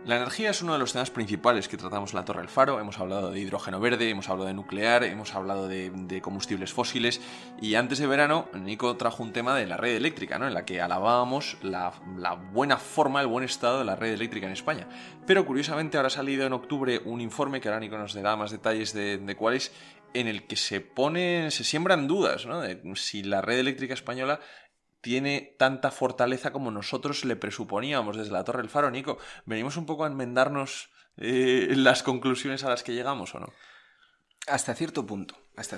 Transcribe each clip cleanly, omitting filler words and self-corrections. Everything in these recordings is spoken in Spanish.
La energía es uno de los temas principales que tratamos en La Torre del Faro. Hemos hablado de hidrógeno verde, hemos hablado de nuclear, hemos hablado de combustibles fósiles, y antes de verano Nico trajo un tema de la red eléctrica, ¿no? En la que alabábamos la buena forma, el buen estado de la red eléctrica en España. Pero curiosamente ahora ha salido en octubre un informe, que ahora Nico nos dará más detalles de cuál es, en el que se siembran dudas, ¿no? De si la red eléctrica española tiene tanta fortaleza como nosotros le presuponíamos desde La Torre del Faro. Nico, ¿venimos un poco a enmendarnos las conclusiones a las que llegamos o no? Hasta cierto punto.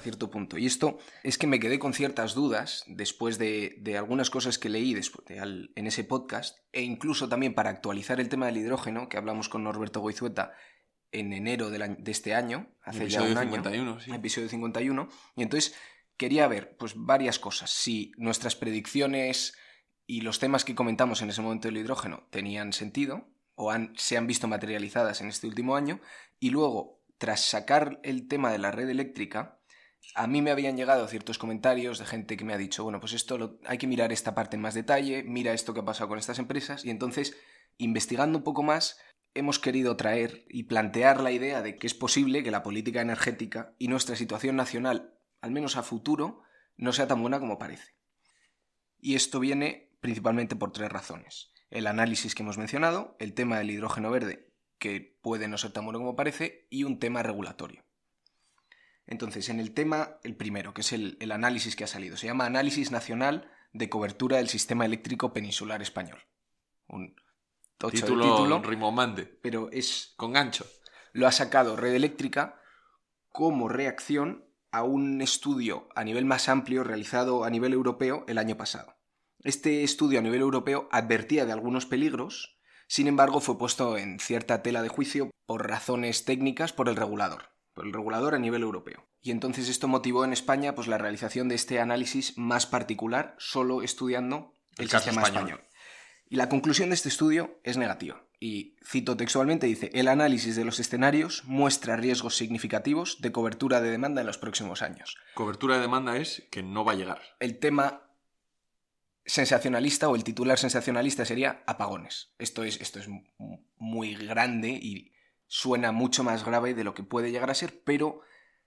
Y esto es que me quedé con ciertas dudas después de algunas cosas que leí en ese podcast, e incluso también para actualizar el tema del hidrógeno, que hablamos con Norberto Goizueta en enero de este año, hace ya un año. 51, sí. Episodio 51, y entonces quería ver pues varias cosas, si nuestras predicciones y los temas que comentamos en ese momento del hidrógeno tenían sentido o se han visto materializadas en este último año, y luego, tras sacar el tema de la red eléctrica, a mí me habían llegado ciertos comentarios de gente que me ha dicho, bueno, pues hay que mirar esta parte en más detalle, mira esto que ha pasado con estas empresas, y entonces, investigando un poco más, hemos querido traer y plantear la idea de que es posible que la política energética y nuestra situación nacional, al menos a futuro, no sea tan buena como parece. Y esto viene principalmente por 3 razones. El análisis que hemos mencionado, el tema del hidrógeno verde, que puede no ser tan bueno como parece, y un tema regulatorio. Entonces, en el tema, el primero, que es el análisis que ha salido, se llama Análisis Nacional de Cobertura del Sistema Eléctrico Peninsular Español. Un título rimbombante, pero es con gancho. Lo ha sacado Red Eléctrica como reacción a un estudio a nivel más amplio realizado a nivel europeo el año pasado. Este estudio a nivel europeo advertía de algunos peligros, sin embargo fue puesto en cierta tela de juicio por razones técnicas por el regulador a nivel europeo. Y entonces esto motivó en España pues la realización de este análisis más particular, solo estudiando el sistema español. Y la conclusión de este estudio es negativa. Y cito textualmente, dice: el análisis de los escenarios muestra riesgos significativos de cobertura de demanda en los próximos años. Cobertura de demanda es que no va a llegar. El tema sensacionalista o el titular sensacionalista sería apagones. Esto es muy grande y suena mucho más grave de lo que puede llegar a ser, pero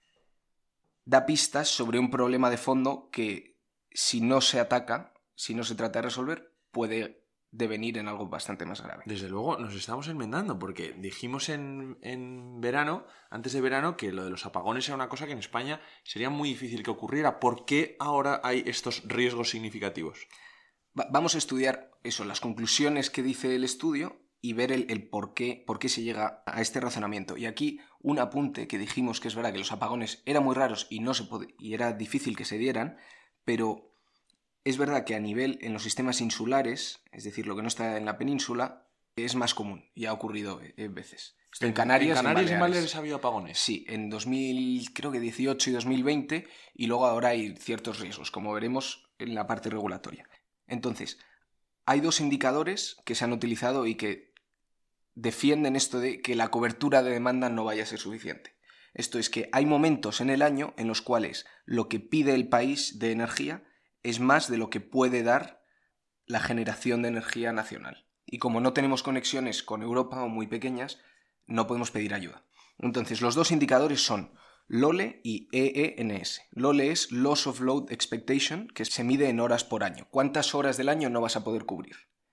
da pistas sobre un problema de fondo que, si no se ataca, si no se trata de resolver, puede devenir en algo bastante más grave. Desde luego nos estamos enmendando, porque dijimos en verano, antes de verano, que lo de los apagones era una cosa que en España sería muy difícil que ocurriera. ¿Por qué ahora hay estos riesgos significativos? Vamos a estudiar eso, las conclusiones que dice el estudio, y ver el por qué se llega a este razonamiento. Y aquí un apunte, que dijimos que es verdad que los apagones eran muy raros y era difícil que se dieran, pero es verdad que a nivel en los sistemas insulares, es decir, lo que no está en la península, es más común y ha ocurrido veces. En Canarias y en Baleares ha habido apagones. Sí, en 2018 y 2020, y luego ahora hay ciertos riesgos, como veremos en la parte regulatoria. Entonces, hay 2 indicadores que se han utilizado y que defienden esto de que la cobertura de demanda no vaya a ser suficiente. Esto es que hay momentos en el año en los cuales lo que pide el país de energía es más de lo que puede dar la generación de energía nacional. Y como no tenemos conexiones con Europa o muy pequeñas, no podemos pedir ayuda. Entonces, los 2 indicadores son LOLE y EENS. LOLE es Loss of Load Expectation, que se mide en horas por año. ¿Cuántas horas del año no vas a poder cubrir?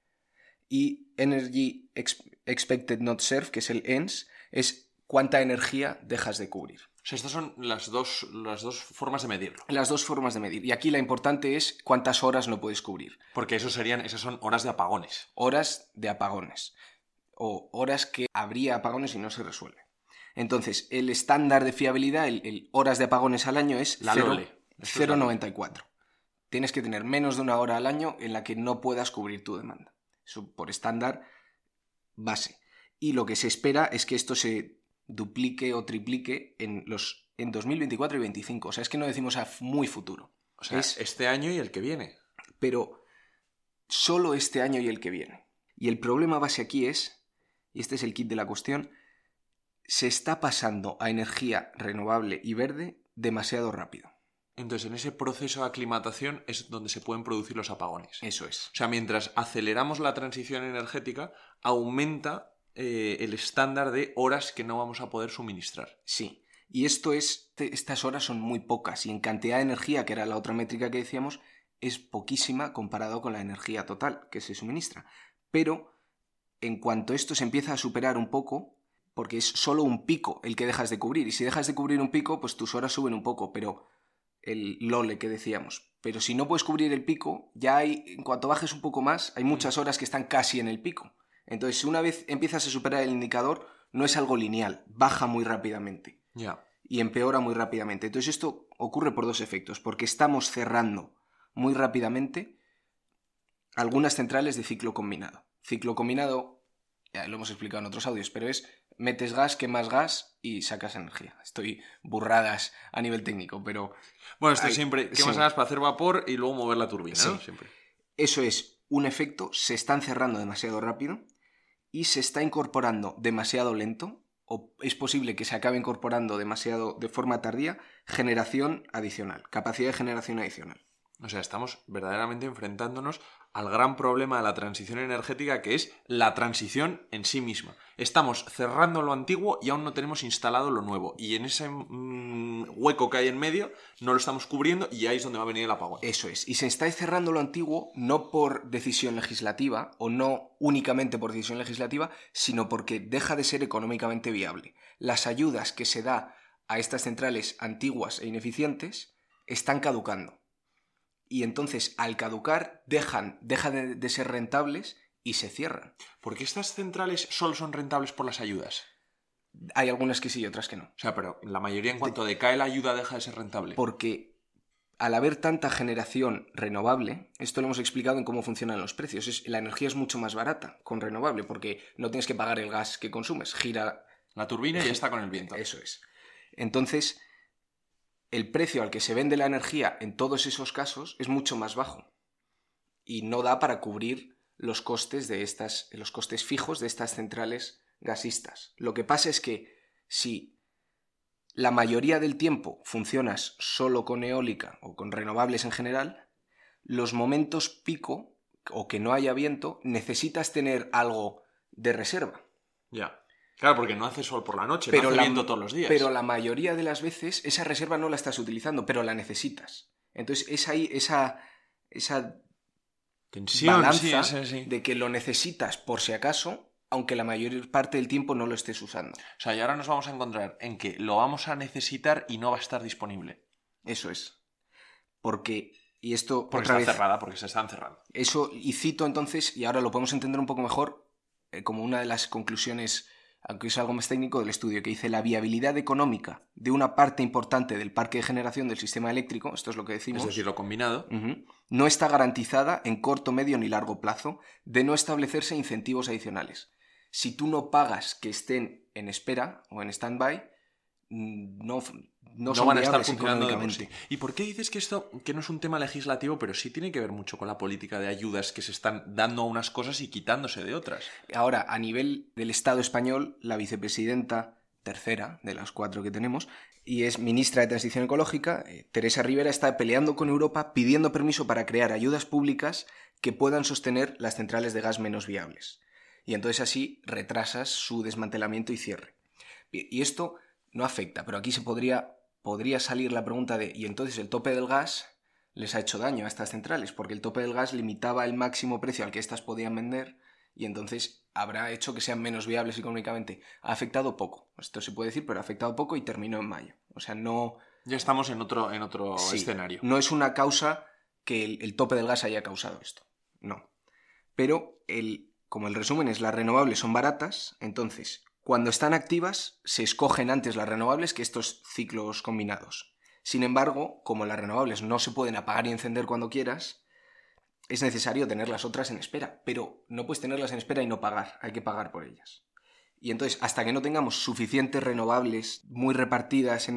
Y Energy Expected Not Served, que es el ENS, es cuánta energía dejas de cubrir. O sea, estas son las dos formas de medirlo. Las 2 formas de medir. Y aquí la importante es cuántas horas no puedes cubrir. Porque esas son horas de apagones. Horas de apagones. O horas que habría apagones y no se resuelve. Entonces, el estándar de fiabilidad, el horas de apagones al año es 0,94. Tienes que tener menos de 1 hora al año en la que no puedas cubrir tu demanda. Eso por estándar base. Y lo que se espera es que esto se duplique o triplique en 2024 y 2025. O sea, es que no decimos a muy futuro. O sea, es este año y el que viene. Pero solo este año y el que viene. Y el problema base aquí es, y este es el kit de la cuestión, se está pasando a energía renovable y verde demasiado rápido. Entonces, en ese proceso de aclimatación es donde se pueden producir los apagones. Eso es. O sea, mientras aceleramos la transición energética, aumenta el estándar de horas que no vamos a poder suministrar. Sí. Y estas horas son muy pocas y en cantidad de energía, que era la otra métrica que decíamos, es poquísima comparado con la energía total que se suministra. Pero en cuanto esto se empieza a superar un poco, porque es solo un pico el que dejas de cubrir, y si dejas de cubrir un pico, pues tus horas suben un poco, pero el LOLE que decíamos. Pero si no puedes cubrir el pico, ya en cuanto bajes un poco más, hay muchas horas que están casi en el pico. Entonces, una vez empiezas a superar el indicador, no es algo lineal, baja muy rápidamente. Ya. Y empeora muy rápidamente. Entonces esto ocurre por dos efectos, porque estamos cerrando muy rápidamente algunas centrales de ciclo combinado. Ciclo combinado, ya lo hemos explicado en otros audios, pero es metes gas, quemas gas y sacas energía. Estoy burradas a nivel técnico, pero... Bueno, esto siempre, quemas gas para hacer vapor y luego mover la turbina, sí. ¿no? Siempre. Eso es un efecto, se están cerrando demasiado rápido y se está incorporando demasiado lento, o es posible que se acabe incorporando demasiado de forma tardía, generación adicional, capacidad de generación adicional. O sea, estamos verdaderamente enfrentándonos al gran problema de la transición energética, que es la transición en sí misma. Estamos cerrando lo antiguo y aún no tenemos instalado lo nuevo. Y en ese hueco que hay en medio no lo estamos cubriendo y ahí es donde va a venir el apagón. Eso es. Y se está cerrando lo antiguo no por decisión legislativa o no únicamente por decisión legislativa, sino porque deja de ser económicamente viable. Las ayudas que se da a estas centrales antiguas e ineficientes están caducando. Y entonces, al caducar, dejan de ser rentables y se cierran. ¿Por qué estas centrales solo son rentables por las ayudas? Hay algunas que sí y otras que no. O sea, pero la mayoría, en cuanto decae la ayuda, deja de ser rentable. Porque al haber tanta generación renovable, esto lo hemos explicado en cómo funcionan los precios, la energía es mucho más barata con renovable, porque no tienes que pagar el gas que consumes, gira la turbina y ya está con el viento. Eso es. Entonces, el precio al que se vende la energía en todos esos casos es mucho más bajo y no da para cubrir los costes los costes fijos de estas centrales gasistas. Lo que pasa es que si la mayoría del tiempo funcionas solo con eólica o con renovables en general, los momentos pico o que no haya viento necesitas tener algo de reserva. Ya. Claro, porque no hace sol por la noche, no hace viento todos los días. Pero la mayoría de las veces esa reserva no la estás utilizando, pero la necesitas. Entonces es ahí esa tensión, balanza sí. de que lo necesitas por si acaso, aunque la mayor parte del tiempo no lo estés usando. O sea, y ahora nos vamos a encontrar en que lo vamos a necesitar y no va a estar disponible. Eso es. Porque está cerrada, porque se están cerrando. Eso, y cito entonces, y ahora lo podemos entender un poco mejor, como una de las conclusiones, aunque es algo más técnico, del estudio, que dice: la viabilidad económica de una parte importante del parque de generación del sistema eléctrico, esto es lo que decimos, es decir, lo combinado, no está garantizada en corto, medio ni largo plazo, de no establecerse incentivos adicionales. Si tú no pagas que estén en espera o en stand-by, no van a estar funcionando de por sí. ¿Y por qué dices que esto que no es un tema legislativo, pero sí tiene que ver mucho con la política de ayudas que se están dando a unas cosas y quitándose de otras? Ahora, a nivel del Estado español, la vicepresidenta tercera de las 4 que tenemos, y es ministra de Transición Ecológica, Teresa Rivera, está peleando con Europa pidiendo permiso para crear ayudas públicas que puedan sostener las centrales de gas menos viables. Y entonces así retrasas su desmantelamiento y cierre. Y esto no afecta, pero aquí podría salir la pregunta de: ¿y entonces el tope del gas les ha hecho daño a estas centrales? Porque el tope del gas limitaba el máximo precio al que éstas podían vender y entonces habrá hecho que sean menos viables económicamente. Ha afectado poco, esto se puede decir, pero ha afectado poco y terminó en mayo. O sea, no... Ya estamos en otro sí, escenario. No es una causa que el tope del gas haya causado esto, no. Pero como el resumen es: las renovables son baratas, entonces cuando están activas se escogen antes las renovables que estos ciclos combinados. Sin embargo, como las renovables no se pueden apagar y encender cuando quieras, es necesario tener las otras en espera, pero no puedes tenerlas en espera y no pagar, hay que pagar por ellas. Y entonces, hasta que no tengamos suficientes renovables muy repartidas a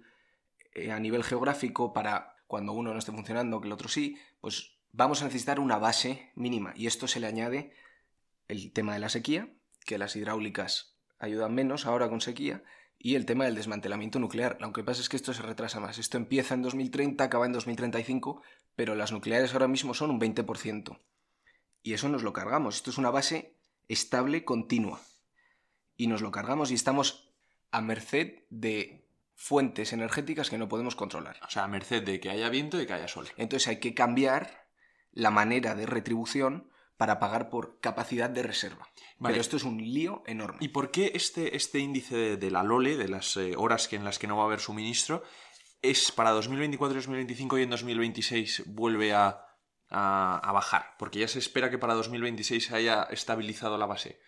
nivel geográfico para cuando uno no esté funcionando, que el otro sí, pues vamos a necesitar una base mínima. Y esto se le añade el tema de la sequía, que las hidráulicas ayudan menos ahora con sequía, y el tema del desmantelamiento nuclear. Lo que pasa es que esto se retrasa más. Esto empieza en 2030, acaba en 2035, pero las nucleares ahora mismo son un 20%. Y eso nos lo cargamos. Esto es una base estable, continua. y nos lo cargamos y estamos a merced de fuentes energéticas que no podemos controlar. O sea, a merced de que haya viento y que haya sol. Entonces hay que cambiar la manera de retribución para pagar por capacidad de reserva. Vale. Pero esto es un lío enorme. ¿Y por qué este índice de la LOLE, de las horas en las que no va a haber suministro, es para 2024, 2025 y en 2026 vuelve a bajar? Porque ya se espera que para 2026 se haya estabilizado la base.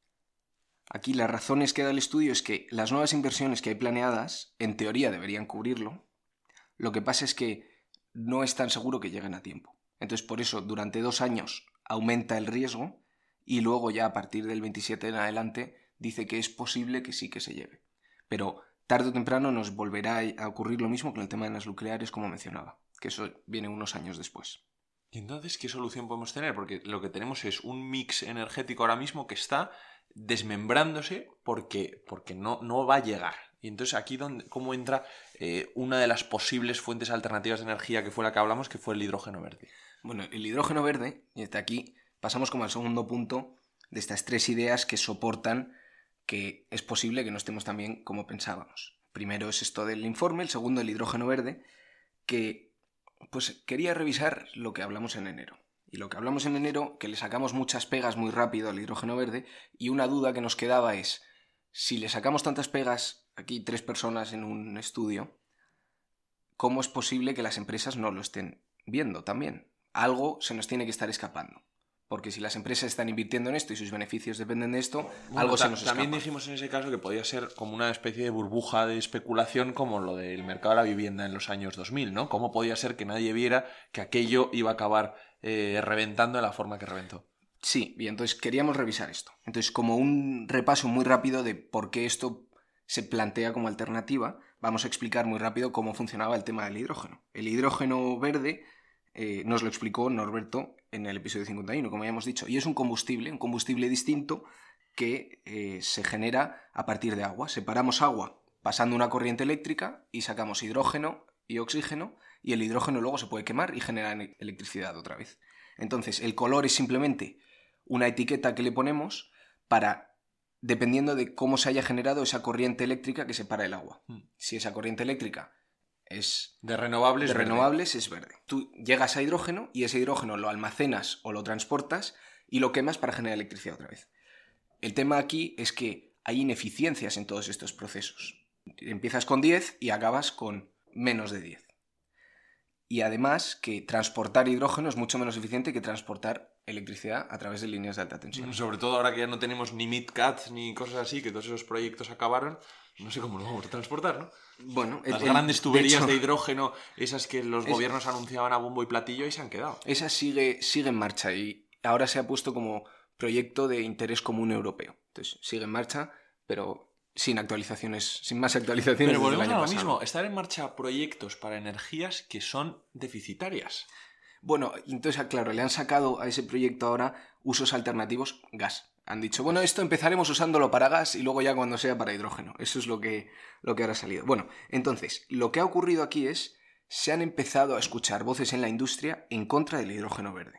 Aquí las razones que da el estudio es que las nuevas inversiones que hay planeadas, en teoría deberían cubrirlo. Lo que pasa es que no es tan seguro que lleguen a tiempo. Entonces, por eso, durante 2 años aumenta el riesgo y luego ya a partir del 27 en adelante dice que es posible que sí que se lleve. Pero tarde o temprano nos volverá a ocurrir lo mismo con el tema de las nucleares, como mencionaba, que eso viene unos años después. ¿Y entonces qué solución podemos tener? Porque lo que tenemos es un mix energético ahora mismo que está desmembrándose porque no va a llegar. Y entonces aquí cómo entra una de las posibles fuentes alternativas de energía que fue la que hablamos, que fue el hidrógeno verde. Bueno, el hidrógeno verde, y hasta aquí pasamos como al segundo punto de estas 3 ideas que soportan que es posible que no estemos tan bien como pensábamos. Primero es esto del informe, el segundo el hidrógeno verde, que pues quería revisar lo que hablamos en enero. Y lo que hablamos en enero, que le sacamos muchas pegas muy rápido al hidrógeno verde, y una duda que nos quedaba es, si le sacamos tantas pegas, aquí 3 personas en un estudio, ¿cómo es posible que las empresas no lo estén viendo también? Algo se nos tiene que estar escapando. Porque si las empresas están invirtiendo en esto y sus beneficios dependen de esto, algo se nos escapa. También dijimos en ese caso que podía ser como una especie de burbuja de especulación como lo del mercado de la vivienda en los años 2000, ¿no? ¿Cómo podía ser que nadie viera que aquello iba a acabar reventando de la forma que reventó? Sí, y entonces queríamos revisar esto. Entonces, como un repaso muy rápido de por qué esto se plantea como alternativa, vamos a explicar muy rápido cómo funcionaba el tema del hidrógeno. El hidrógeno verde nos lo explicó Norberto en el episodio 51, como ya hemos dicho, y es un combustible distinto que se genera a partir de agua. Separamos agua pasando una corriente eléctrica y sacamos hidrógeno y oxígeno, y el hidrógeno luego se puede quemar y generar electricidad otra vez. Entonces, el color es simplemente una etiqueta que le ponemos para, dependiendo de cómo se haya generado esa corriente eléctrica que separa el agua. Si esa corriente eléctrica es de renovables, es verde. Tú llegas a hidrógeno y ese hidrógeno lo almacenas o lo transportas y lo quemas para generar electricidad otra vez. El tema aquí es que hay ineficiencias en todos estos procesos. Empiezas con 10 y acabas con menos de 10. Y además que transportar hidrógeno es mucho menos eficiente que transportar electricidad a través de líneas de alta tensión. Sobre todo ahora que ya no tenemos ni MidCat ni cosas así, que todos esos proyectos acabaron, no sé cómo lo vamos a transportar, ¿no? Bueno, las grandes tuberías de hidrógeno, esas que los gobiernos anunciaban a bombo y platillo, y se han quedado. Esa sigue en marcha y ahora se ha puesto como proyecto de interés común europeo. Entonces sigue en marcha, pero sin más actualizaciones. Pero volvemos a lo mismo, estar en marcha proyectos para energías que son deficitarias. Bueno, entonces, claro, le han sacado a ese proyecto ahora usos alternativos gas. Han dicho, bueno, esto empezaremos usándolo para gas y luego ya cuando sea para hidrógeno. Eso es lo que ahora ha salido. Bueno, entonces, lo que ha ocurrido aquí es, se han empezado a escuchar voces en la industria en contra del hidrógeno verde.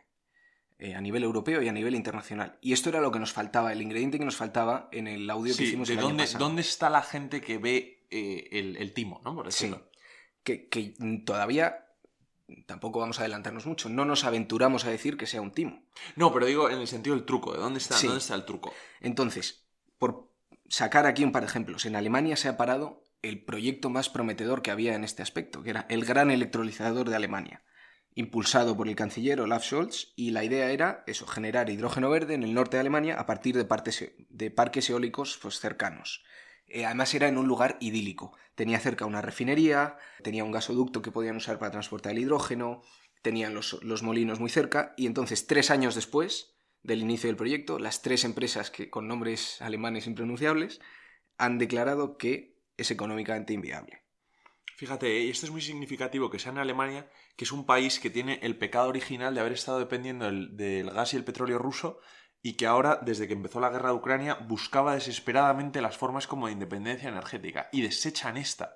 A nivel europeo y a nivel internacional. Y esto era lo que nos faltaba, el ingrediente que nos faltaba en el audio que hicimos el año pasado. ¿Dónde está la gente que ve el timo, ¿no? Por decirlo. Sí, que todavía tampoco vamos a adelantarnos mucho. No nos aventuramos a decir que sea un timo. No, pero digo en el sentido del truco. ¿De dónde está, ¿dónde está el truco? Entonces, por sacar aquí un par de ejemplos, en Alemania se ha parado el proyecto más prometedor que había en este aspecto, que era el gran electrolizador de Alemania, impulsado por el canciller Olaf Scholz, y la idea era eso, generar hidrógeno verde en el norte de Alemania a partir de parques eólicos pues, cercanos. Además era en un lugar idílico. Tenía cerca una refinería, tenía un gasoducto que podían usar para transportar el hidrógeno, tenían los molinos muy cerca, y entonces 3 años después del inicio del proyecto, las 3 empresas que con nombres alemanes impronunciables han declarado que es económicamente inviable. Fíjate, y esto es muy significativo que sea en Alemania, que es un país que tiene el pecado original de haber estado dependiendo del gas y el petróleo ruso y que ahora, desde que empezó la guerra de Ucrania, buscaba desesperadamente las formas como de independencia energética y desechan esta.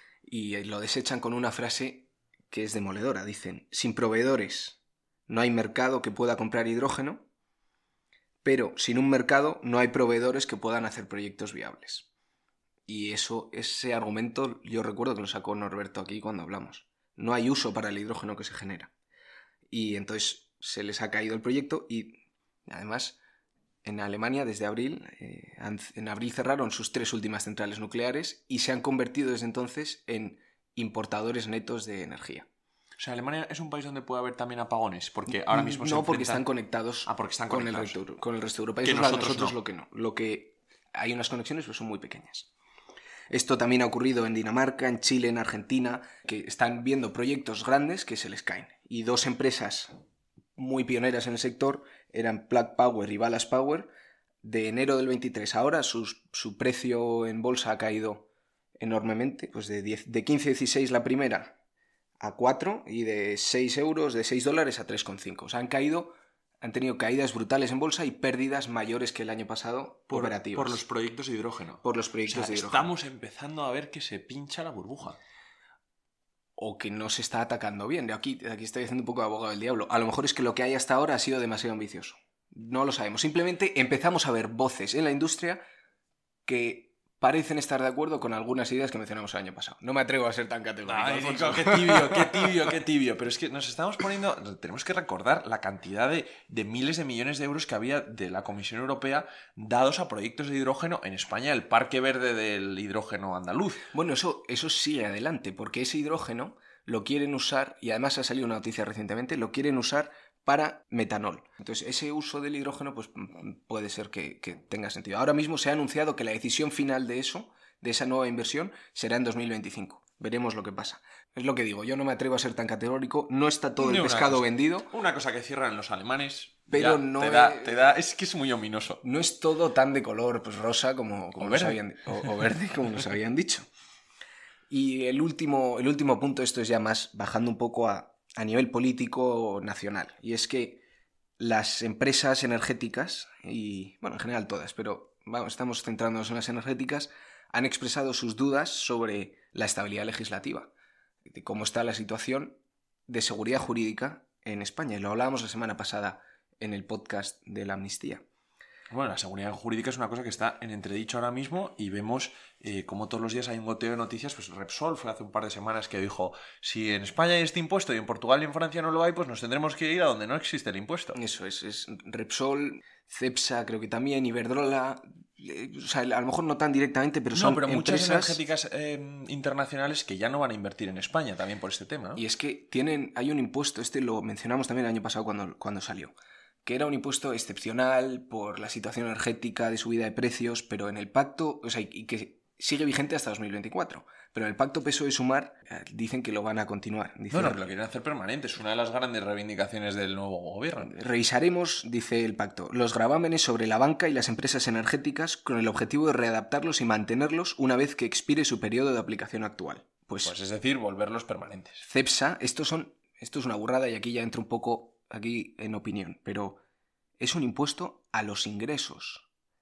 Y lo desechan con una frase que es demoledora. Dicen, sin proveedores no hay mercado que pueda comprar hidrógeno, pero sin un mercado no hay proveedores que puedan hacer proyectos viables. Y ese argumento yo recuerdo que lo sacó Norberto aquí cuando hablamos. No hay uso para el hidrógeno que se genera. Y entonces se les ha caído el proyecto y además en Alemania desde abril, en abril cerraron sus 3 últimas centrales nucleares y se han convertido desde entonces en importadores netos de energía. O sea, Alemania es un país donde puede haber también apagones, porque ahora mismo se porque están conectados, porque están con conectados con el resto de Europa. Que Eso nosotros no. Lo que no. Lo que hay unas conexiones, pero son muy pequeñas. Esto también ha ocurrido en Dinamarca, en Chile, en Argentina, que están viendo proyectos grandes que se les caen. Y 2 empresas muy pioneras en el sector eran Plug Power y Ballast Power. De enero del 23 a ahora su precio en bolsa ha caído enormemente, pues de 15,16 la primera a 4 y de 6 euros, de 6 dólares a 3,5. O sea, han tenido caídas brutales en bolsa y pérdidas mayores que el año pasado operativas. Por los proyectos de hidrógeno. Por los proyectos de hidrógeno. Estamos empezando a ver que se pincha la burbuja. O que no se está atacando bien. Aquí estoy haciendo un poco de abogado del diablo. A lo mejor es que lo que hay hasta ahora ha sido demasiado ambicioso. No lo sabemos. Simplemente empezamos a ver voces en la industria que parecen estar de acuerdo con algunas ideas que mencionamos el año pasado. No me atrevo a ser tan categórico. Ay, Nico, qué tibio. Pero es que nos estamos poniendo... Tenemos que recordar la cantidad de miles de millones de euros que había de la Comisión Europea dados a proyectos de hidrógeno en España, el Parque Verde del Hidrógeno Andaluz. Bueno, eso sigue adelante, porque ese hidrógeno lo quieren usar, y además ha salido una noticia recientemente, lo quieren usar para metanol. Entonces, ese uso del hidrógeno pues puede ser que tenga sentido. Ahora mismo se ha anunciado que la decisión final de esa nueva inversión, será en 2025. Veremos lo que pasa. Es lo que digo, yo no me atrevo a ser tan categórico, no está todo el pescado vendido. Una cosa que cierran los alemanes, pero no te da, es que es muy ominoso. No es todo tan de color pues rosa como nos habían, o verde como nos habían dicho. Y el último punto, esto es ya más bajando un poco a nivel político nacional, y es que las empresas energéticas, y bueno, en general todas, pero vamos, estamos centrándonos en las energéticas, han expresado sus dudas sobre la estabilidad legislativa, de cómo está la situación de seguridad jurídica en España. Y lo hablábamos la semana pasada en el podcast de la amnistía. Bueno, la seguridad jurídica es una cosa que está en entredicho ahora mismo y vemos como todos los días hay un goteo de noticias. Pues Repsol fue hace un par de semanas que dijo, si en España hay este impuesto y en Portugal y en Francia no lo hay, pues nos tendremos que ir a donde no existe el impuesto. Eso es Repsol, Cepsa creo que también, Iberdrola, o sea, a lo mejor no tan directamente, pero son pero muchas empresas energéticas internacionales que ya no van a invertir en España también por este tema, ¿no? Y es que hay un impuesto, lo mencionamos también el año pasado cuando salió, que era un impuesto excepcional por la situación energética de subida de precios, pero en el pacto, o sea, y que sigue vigente hasta 2024. Pero en el pacto PSOE-Sumar dicen que lo van a continuar. Dicen, no, que lo quieren hacer permanente. Es una de las grandes reivindicaciones del nuevo gobierno. Revisaremos, dice el pacto, los gravámenes sobre la banca y las empresas energéticas con el objetivo de readaptarlos y mantenerlos una vez que expire su periodo de aplicación actual. Pues es decir, volverlos permanentes. Cepsa, esto es una burrada y aquí ya entro un poco en opinión, pero es un impuesto a los ingresos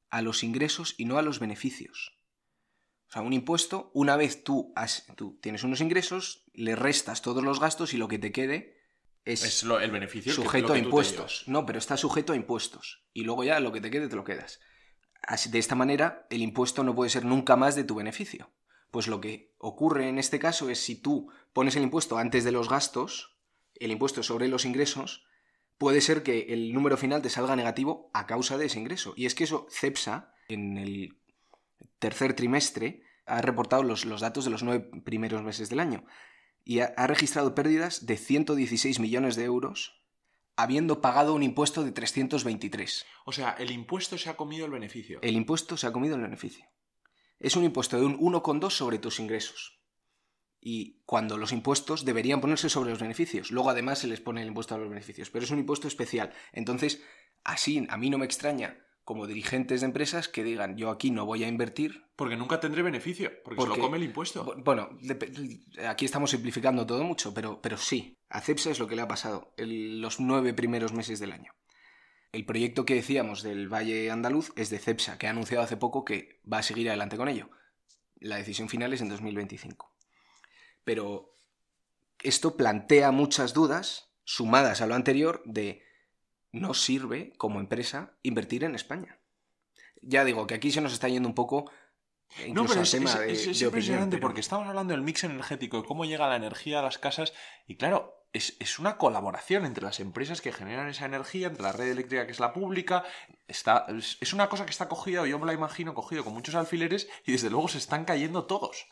y no a los beneficios. O sea, un impuesto, una vez tú tienes unos ingresos, le restas todos los gastos y lo que te quede es el beneficio sujeto a impuestos. No, pero está sujeto a impuestos. Y luego ya lo que te quede te lo quedas. De esta manera, el impuesto no puede ser nunca más de tu beneficio. Pues lo que ocurre en este caso es si tú pones el impuesto antes de los gastos, el impuesto sobre los ingresos, puede ser que el número final te salga negativo a causa de ese ingreso. Y es que eso, Cepsa, en el tercer trimestre, ha reportado los datos de los 9 primeros meses del año y ha registrado pérdidas de 116 millones de euros habiendo pagado un impuesto de 323. O sea, el impuesto se ha comido el beneficio. El impuesto se ha comido el beneficio. Es un impuesto de un 1,2 sobre tus ingresos. Y cuando los impuestos deberían ponerse sobre los beneficios. Luego además se les pone el impuesto a los beneficios. Pero es un impuesto especial. Entonces, así a mí no me extraña como dirigentes de empresas que digan yo aquí no voy a invertir. Porque nunca tendré beneficio, porque se lo come el impuesto. Bueno, aquí estamos simplificando todo mucho, pero sí. A Cepsa es lo que le ha pasado los 9 primeros meses del año. El proyecto que decíamos del Valle Andaluz es de Cepsa, que ha anunciado hace poco que va a seguir adelante con ello. La decisión final es en 2025. Pero esto plantea muchas dudas, sumadas a lo anterior, de no sirve como empresa invertir en España. Ya digo que aquí se nos está yendo un poco incluso al tema de impresionante opinión, pero... porque estamos hablando del mix energético, de cómo llega la energía a las casas y claro, es una colaboración entre las empresas que generan esa energía, entre la red eléctrica que es la pública. Es una cosa que está cogida, yo me la imagino, cogido con muchos alfileres y desde luego se están cayendo todos.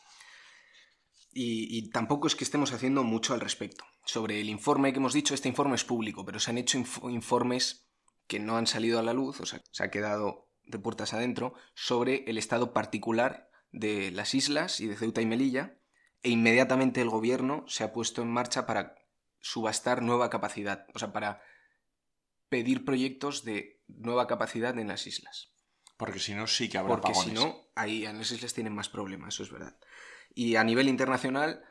Y tampoco es que estemos haciendo mucho al respecto. Sobre el informe que hemos dicho, este informe es público, pero se han hecho informes que no han salido a la luz, o sea, se ha quedado de puertas adentro, sobre el estado particular de las islas y de Ceuta y Melilla, e inmediatamente el gobierno se ha puesto en marcha para subastar nueva capacidad, o sea, para pedir proyectos de nueva capacidad en las islas. Porque si no, sí que habrá Porque apagones. si no, ahí en las islas tienen más problemas, eso es verdad. Y a nivel internacional,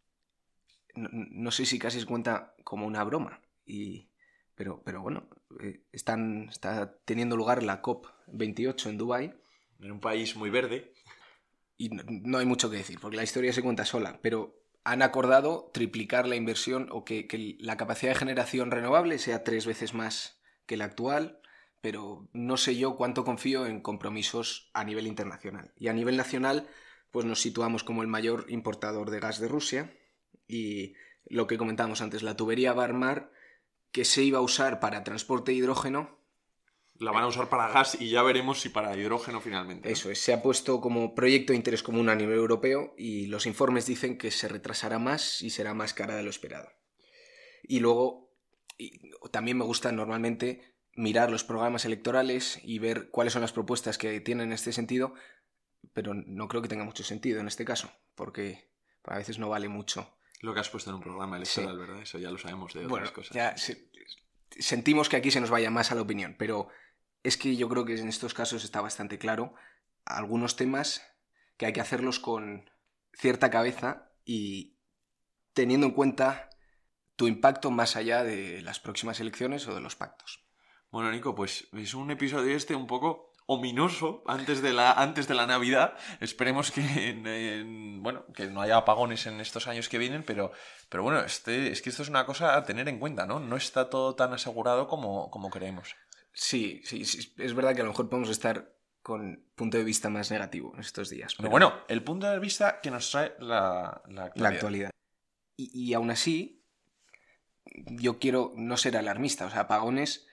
no sé si casi se cuenta como una broma, pero bueno, está teniendo lugar la COP28 en Dubái. En un país muy verde. Y no hay mucho que decir, porque la historia se cuenta sola, pero han acordado triplicar la inversión o que la capacidad de generación renovable sea 3 veces más que la actual, pero no sé yo cuánto confío en compromisos a nivel internacional. Y a nivel nacional, pues nos situamos como el mayor importador de gas de Rusia y lo que comentábamos antes, la tubería Barmar, que se iba a usar para transporte de hidrógeno, La van a usar para gas y ya veremos si para hidrógeno finalmente, ¿no? Eso es, se ha puesto como proyecto de interés común a nivel europeo y los informes dicen que se retrasará más y será más cara de lo esperado. Y luego, también me gusta normalmente mirar los programas electorales y ver cuáles son las propuestas que tienen en este sentido, pero no creo que tenga mucho sentido en este caso, porque a veces no vale mucho. Lo que has puesto en un programa electoral, sí. ¿Verdad? Eso ya lo sabemos de otras cosas. Ya sentimos que aquí se nos vaya más a la opinión, pero es que yo creo que en estos casos está bastante claro algunos temas que hay que hacerlos con cierta cabeza y teniendo en cuenta tu impacto más allá de las próximas elecciones o de los pactos. Bueno, Nico, pues es un episodio un poco ominoso antes de la Navidad. Esperemos que que no haya apagones en estos años que vienen, pero bueno, es que esto es una cosa a tener en cuenta, ¿no? No está todo tan asegurado como creemos. Sí, es verdad que a lo mejor podemos estar con punto de vista más negativo en estos días. Pero bueno, el punto de vista que nos trae la actualidad. Y aún así, yo quiero no ser alarmista. O sea, apagones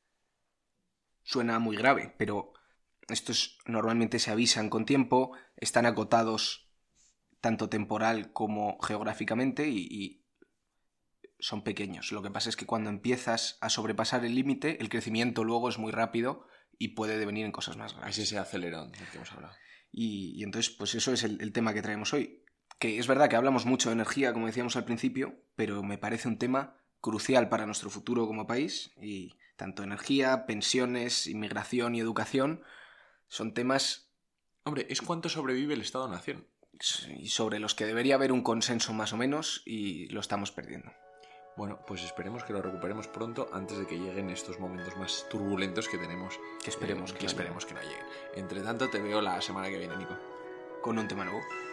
suena muy grave, pero estos normalmente se avisan con tiempo, están acotados tanto temporal como geográficamente y son pequeños. Lo que pasa es que cuando empiezas a sobrepasar el límite, el crecimiento luego es muy rápido y puede devenir en cosas más graves. Ese acelerón del que hemos hablado. Y entonces, pues eso es el tema que traemos hoy. Que es verdad que hablamos mucho de energía, como decíamos al principio, pero me parece un tema crucial para nuestro futuro como país. Y tanto energía, pensiones, inmigración y educación son temas... Hombre, es cuánto sobrevive el Estado-Nación. Y sobre los que debería haber un consenso más o menos y lo estamos perdiendo. Bueno, pues esperemos que lo recuperemos pronto antes de que lleguen estos momentos más turbulentos que tenemos. Que esperemos que no lleguen. Entre tanto, te veo la semana que viene, Nico. Con un tema nuevo.